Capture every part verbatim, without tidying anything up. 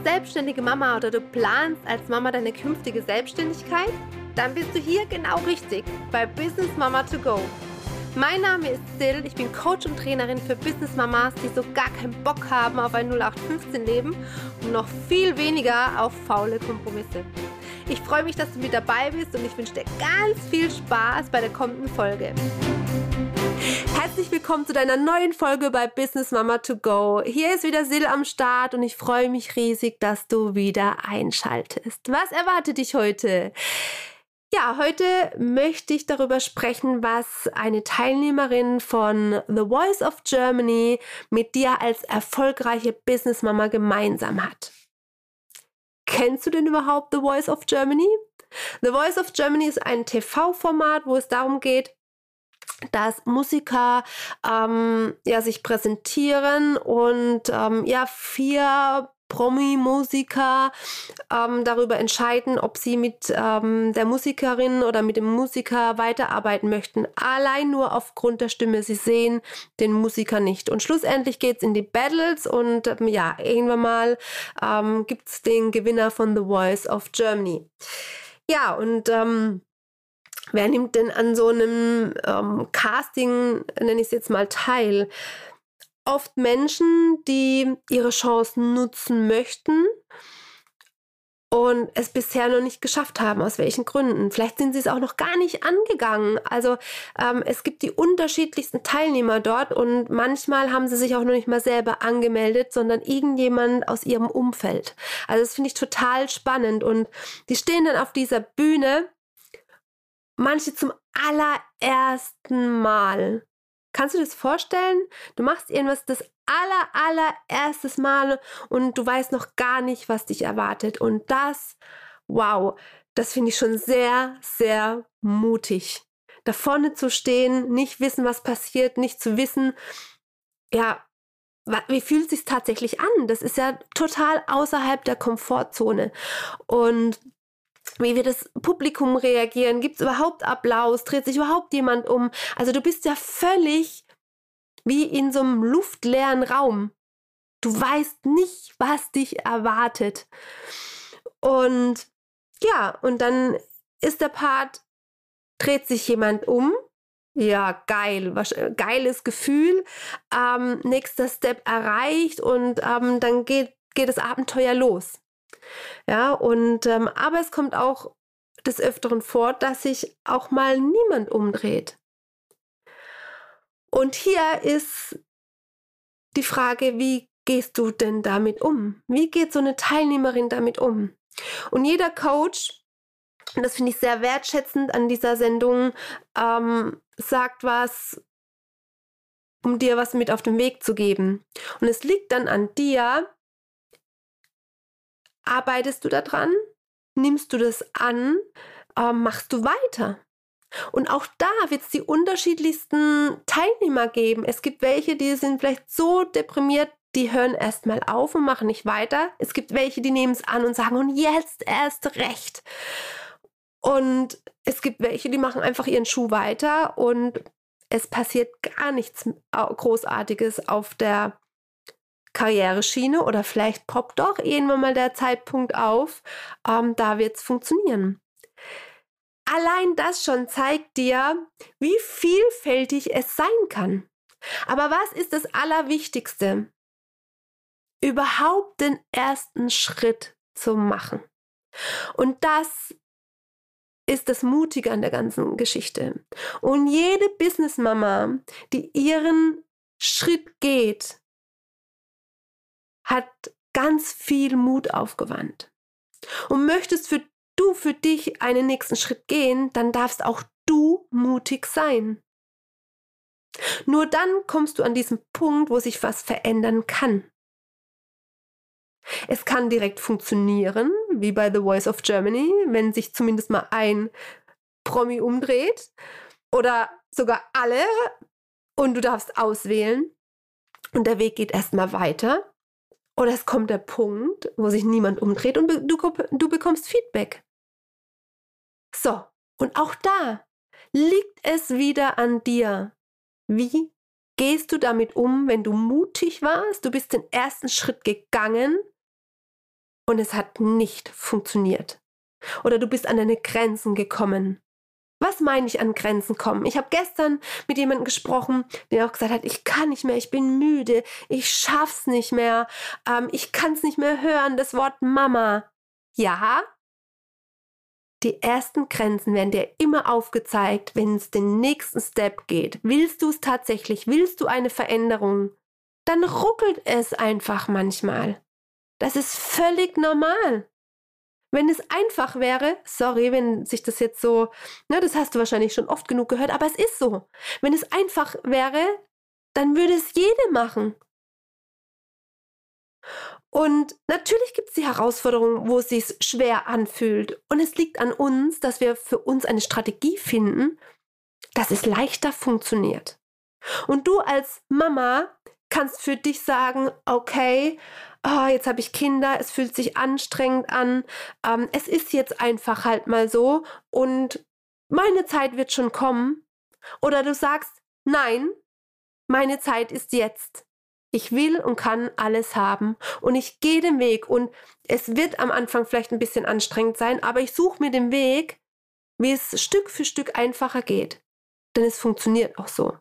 selbstständige Mama oder du planst als Mama deine künftige Selbstständigkeit? Dann bist du hier genau richtig bei Business Mama to Go. Mein Name ist Sil, ich bin Coach und Trainerin für Business Mamas, die so gar keinen Bock haben auf ein null acht fünfzehn Leben und noch viel weniger auf faule Kompromisse. Ich freue mich, dass du mit dabei bist und ich wünsche dir ganz viel Spaß bei der kommenden Folge. Herzlich willkommen zu deiner neuen Folge bei Business Mama to Go. Hier ist wieder Sil am Start und ich freue mich riesig, dass du wieder einschaltest. Was erwartet dich heute? Ja, heute möchte ich darüber sprechen, was eine Teilnehmerin von The Voice of Germany mit dir als erfolgreiche Businessmama gemeinsam hat. Kennst du denn überhaupt The Voice of Germany? The Voice of Germany ist ein T V-Format, wo es darum geht, dass Musiker ähm, ja, sich präsentieren und ähm, ja, vier Promi-Musiker ähm, darüber entscheiden, ob sie mit ähm, der Musikerin oder mit dem Musiker weiterarbeiten möchten. Allein nur aufgrund der Stimme. Sie sehen den Musiker nicht. Und schlussendlich geht es in die Battles und ähm, ja, irgendwann mal ähm, gibt es den Gewinner von The Voice of Germany. Ja, und ähm, wer nimmt denn an so einem ähm, Casting, nenne ich es jetzt mal, teil? Oft Menschen, die ihre Chancen nutzen möchten und es bisher noch nicht geschafft haben, aus welchen Gründen. Vielleicht sind sie es auch noch gar nicht angegangen. Also ähm, es gibt die unterschiedlichsten Teilnehmer dort und manchmal haben sie sich auch noch nicht mal selber angemeldet, sondern irgendjemand aus ihrem Umfeld. Also das finde ich total spannend und die stehen dann auf dieser Bühne, manche zum allerersten Mal. Kannst du dir das vorstellen? Du machst irgendwas das aller, allererstes Mal und du weißt noch gar nicht, was dich erwartet. Und das, wow, das finde ich schon sehr, sehr mutig. Da vorne zu stehen, nicht wissen, was passiert, nicht zu wissen, ja, wie fühlt es sich tatsächlich an? Das ist ja total außerhalb der Komfortzone. Und wie wird das Publikum reagieren? Gibt es überhaupt Applaus? Dreht sich überhaupt jemand um? Also du bist ja völlig wie in so einem luftleeren Raum. Du weißt nicht, was dich erwartet. Und ja, und dann ist der Part, dreht sich jemand um? Ja, geil, was, geiles Gefühl. Ähm, nächster Step erreicht und ähm, dann geht, geht das Abenteuer los. Ja, und ähm, aber es kommt auch des Öfteren vor, dass sich auch mal niemand umdreht. Und hier ist die Frage, wie gehst du denn damit um? Wie geht so eine Teilnehmerin damit um? Und jeder Coach, und das finde ich sehr wertschätzend an dieser Sendung, ähm, sagt was, um dir was mit auf den Weg zu geben. Und es liegt dann an dir. Arbeitest du daran? Nimmst du das an? Ähm, machst du weiter? Und auch da wird es die unterschiedlichsten Teilnehmer geben. Es gibt welche, die sind vielleicht so deprimiert, die hören erstmal auf und machen nicht weiter. Es gibt welche, die nehmen es an und sagen, und jetzt erst recht. Und es gibt welche, die machen einfach ihren Schuh weiter und es passiert gar nichts Großartiges auf der Karriereschiene oder vielleicht poppt doch irgendwann mal der Zeitpunkt auf, ähm, da wird es funktionieren. Allein das schon zeigt dir, wie vielfältig es sein kann. Aber was ist das Allerwichtigste? Überhaupt den ersten Schritt zu machen. Und das ist das Mutige an der ganzen Geschichte. Und jede Businessmama, die ihren Schritt geht, hat ganz viel Mut aufgewandt. Und möchtest für, du für dich einen nächsten Schritt gehen, dann darfst auch du mutig sein. Nur dann kommst du an diesen Punkt, wo sich was verändern kann. Es kann direkt funktionieren, wie bei The Voice of Germany, wenn sich zumindest mal ein Promi umdreht oder sogar alle und du darfst auswählen und der Weg geht erstmal weiter. Oder es kommt der Punkt, wo sich niemand umdreht und du, du bekommst Feedback. So, und auch da liegt es wieder an dir. Wie gehst du damit um, wenn du mutig warst? Du bist den ersten Schritt gegangen und es hat nicht funktioniert. Oder du bist an deine Grenzen gekommen. Was meine ich an Grenzen kommen? Ich habe gestern mit jemandem gesprochen, der auch gesagt hat, ich kann nicht mehr, ich bin müde, ich schaff's nicht mehr, ähm, ich kann es nicht mehr hören, das Wort Mama. Ja, die ersten Grenzen werden dir immer aufgezeigt, wenn es den nächsten Step geht. Willst du es tatsächlich? Willst du eine Veränderung? Dann ruckelt es einfach manchmal. Das ist völlig normal. Wenn es einfach wäre, sorry, wenn sich das jetzt so, ne, das hast du wahrscheinlich schon oft genug gehört, aber es ist so. Wenn es einfach wäre, dann würde es jede machen. Und natürlich gibt es die Herausforderungen, wo es sich schwer anfühlt. Und es liegt an uns, dass wir für uns eine Strategie finden, dass es leichter funktioniert. Und du als Mama kannst für dich sagen, okay, oh, jetzt habe ich Kinder, es fühlt sich anstrengend an, ähm, es ist jetzt einfach halt mal so und meine Zeit wird schon kommen. Oder du sagst, nein, meine Zeit ist jetzt. Ich will und kann alles haben und ich gehe den Weg und es wird am Anfang vielleicht ein bisschen anstrengend sein, aber ich suche mir den Weg, wie es Stück für Stück einfacher geht. Denn es funktioniert auch so.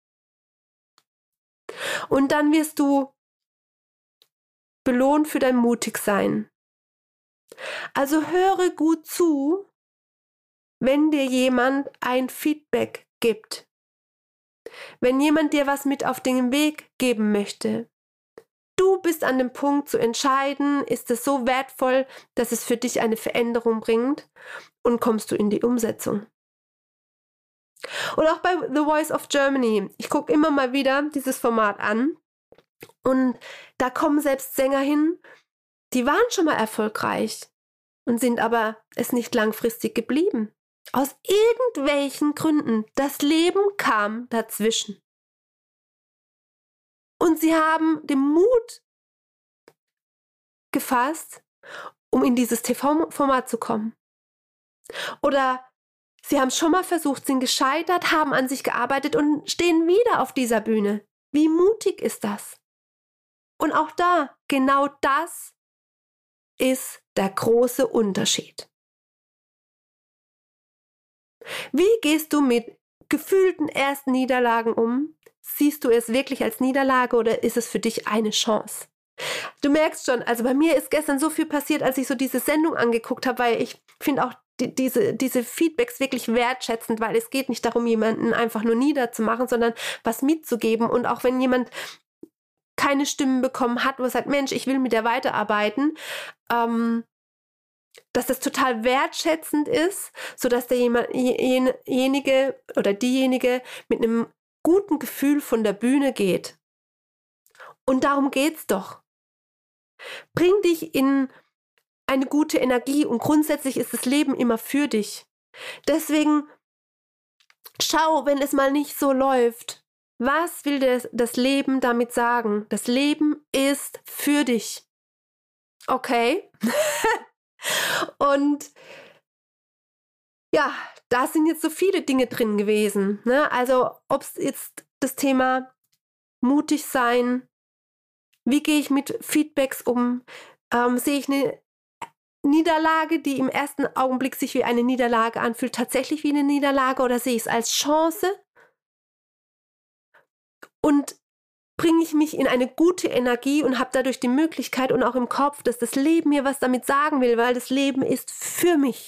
Und dann wirst du belohnt für dein Mutigsein. Also höre gut zu, wenn dir jemand ein Feedback gibt. Wenn jemand dir was mit auf den Weg geben möchte. Du bist an dem Punkt zu entscheiden, ist es so wertvoll, dass es für dich eine Veränderung bringt und kommst du in die Umsetzung. Und auch bei The Voice of Germany, ich gucke immer mal wieder dieses Format an und da kommen selbst Sänger hin, die waren schon mal erfolgreich und sind aber es nicht langfristig geblieben. Aus irgendwelchen Gründen. Das Leben kam dazwischen. Und sie haben den Mut gefasst, um in dieses T V-Format zu kommen. Oder sie haben schon mal versucht, sind gescheitert, haben an sich gearbeitet und stehen wieder auf dieser Bühne. Wie mutig ist das? Und auch da, genau das ist der große Unterschied. Wie gehst du mit gefühlten ersten Niederlagen um? Siehst du es wirklich als Niederlage oder ist es für dich eine Chance? Du merkst schon, also bei mir ist gestern so viel passiert, als ich so diese Sendung angeguckt habe, weil ich finde auch die, diese, diese Feedbacks wirklich wertschätzend, weil es geht nicht darum, jemanden einfach nur niederzumachen, sondern was mitzugeben. Und auch wenn jemand keine Stimmen bekommen hat, wo er sagt, Mensch, ich will mit der weiterarbeiten, ähm, dass das total wertschätzend ist, sodass derjenige oder diejenige mit einem guten Gefühl von der Bühne geht. Und darum geht's doch. Bring dich in eine gute Energie und grundsätzlich ist das Leben immer für dich. Deswegen schau, wenn es mal nicht so läuft, was will das, das Leben damit sagen? Das Leben ist für dich. Okay? Und ja, da sind jetzt so viele Dinge drin gewesen. Ne? Also ob es jetzt das Thema mutig sein, wie gehe ich mit Feedbacks um, ähm, sehe ich eine Niederlage, die im ersten Augenblick sich wie eine Niederlage anfühlt, tatsächlich wie eine Niederlage oder sehe ich es als Chance? Und bringe ich mich in eine gute Energie und habe dadurch die Möglichkeit und auch im Kopf, dass das Leben mir was damit sagen will, weil das Leben ist für mich.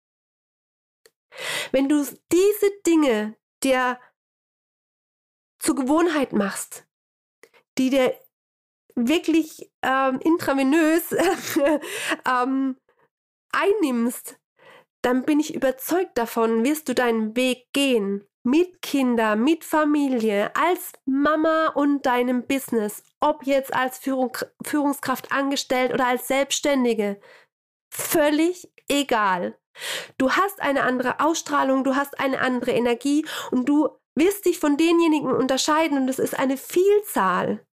Wenn du diese Dinge dir zur Gewohnheit machst, die dir wirklich ähm, intravenös ähm, einnimmst, dann bin ich überzeugt davon, wirst du deinen Weg gehen. Mit Kindern, mit Familie, als Mama und deinem Business, ob jetzt als Führung, Führungskraft angestellt oder als Selbstständige, völlig egal. Du hast eine andere Ausstrahlung, du hast eine andere Energie und du wirst dich von denjenigen unterscheiden und es ist eine Vielzahl,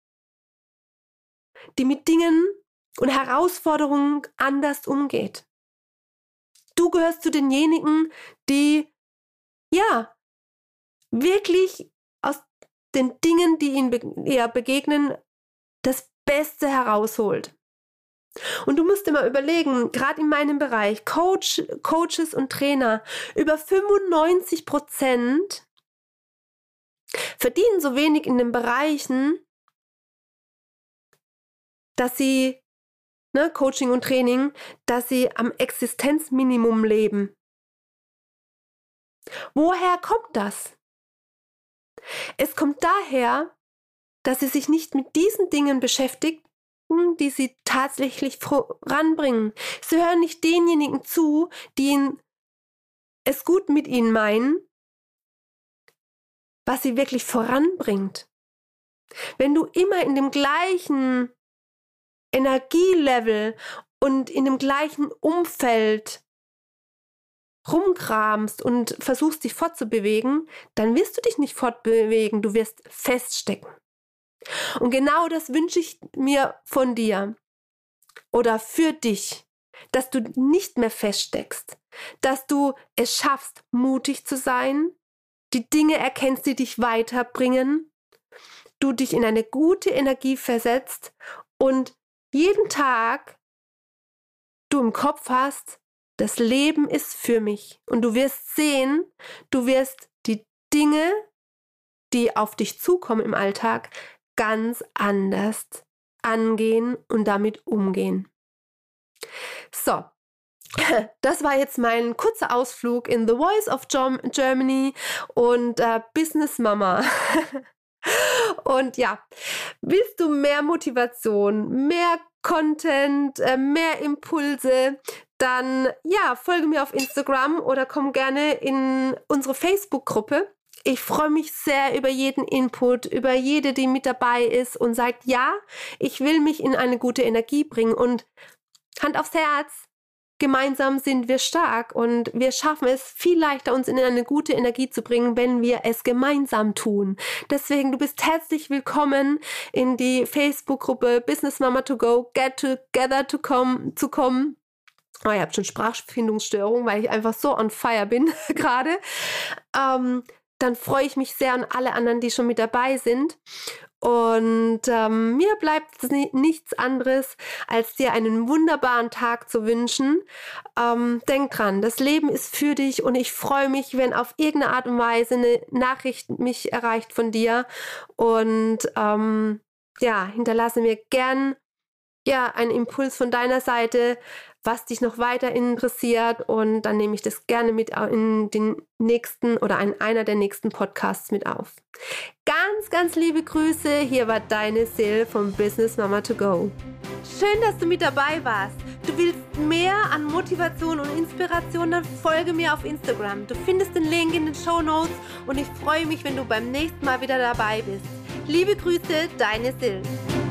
die mit Dingen und Herausforderungen anders umgeht. Du gehörst zu denjenigen, die, ja, wirklich aus den Dingen, die ihnen be- ja, begegnen, das Beste herausholt. Und du musst immer überlegen, gerade in meinem Bereich, Coach, Coaches und Trainer, über fünfundneunzig Prozent verdienen so wenig in den Bereichen, dass sie, ne, Coaching und Training, dass sie am Existenzminimum leben. Woher kommt das? Es kommt daher, dass sie sich nicht mit diesen Dingen beschäftigt, die sie tatsächlich voranbringen. Sie hören nicht denjenigen zu, die es gut mit ihnen meinen, was sie wirklich voranbringt. Wenn du immer in dem gleichen Energielevel und in dem gleichen Umfeld rumkramst und versuchst, dich fortzubewegen, dann wirst du dich nicht fortbewegen, du wirst feststecken. Und genau das wünsche ich mir von dir oder für dich, dass du nicht mehr feststeckst, dass du es schaffst, mutig zu sein, die Dinge erkennst, die dich weiterbringen, du dich in eine gute Energie versetzt und jeden Tag du im Kopf hast, das Leben ist für mich. Und du wirst sehen, du wirst die Dinge, die auf dich zukommen im Alltag, ganz anders angehen und damit umgehen. So, das war jetzt mein kurzer Ausflug in The Voice of Germany und äh, Business Mama. Und ja, willst du mehr Motivation, mehr Content, äh, mehr Impulse, dann ja, folge mir auf Instagram oder komm gerne in unsere Facebook-Gruppe. Ich freue mich sehr über jeden Input, über jede, die mit dabei ist und sagt, ja, ich will mich in eine gute Energie bringen und Hand aufs Herz, gemeinsam sind wir stark und wir schaffen es viel leichter, uns in eine gute Energie zu bringen, wenn wir es gemeinsam tun. Deswegen, du bist herzlich willkommen in die Facebook-Gruppe Business Mama to Go, Get Together to come, zu kommen. Oh, ihr habt schon Sprachfindungsstörung, weil ich einfach so on fire bin gerade. Ähm, dann freue ich mich sehr an alle anderen, die schon mit dabei sind. Und ähm, mir bleibt nichts anderes, als dir einen wunderbaren Tag zu wünschen. Ähm, denk dran, das Leben ist für dich und ich freue mich, wenn auf irgendeine Art und Weise eine Nachricht mich erreicht von dir. Und ähm, ja, hinterlasse mir gern ja, einen Impuls von deiner Seite, was dich noch weiter interessiert, und dann nehme ich das gerne mit in den nächsten oder in einer der nächsten Podcasts mit auf. Ganz, ganz liebe Grüße, hier war deine Sil vom Business Mama to Go. Schön, dass du mit dabei warst. Du willst mehr an Motivation und Inspiration, dann folge mir auf Instagram. Du findest den Link in den Shownotes und ich freue mich, wenn du beim nächsten Mal wieder dabei bist. Liebe Grüße, deine Sil.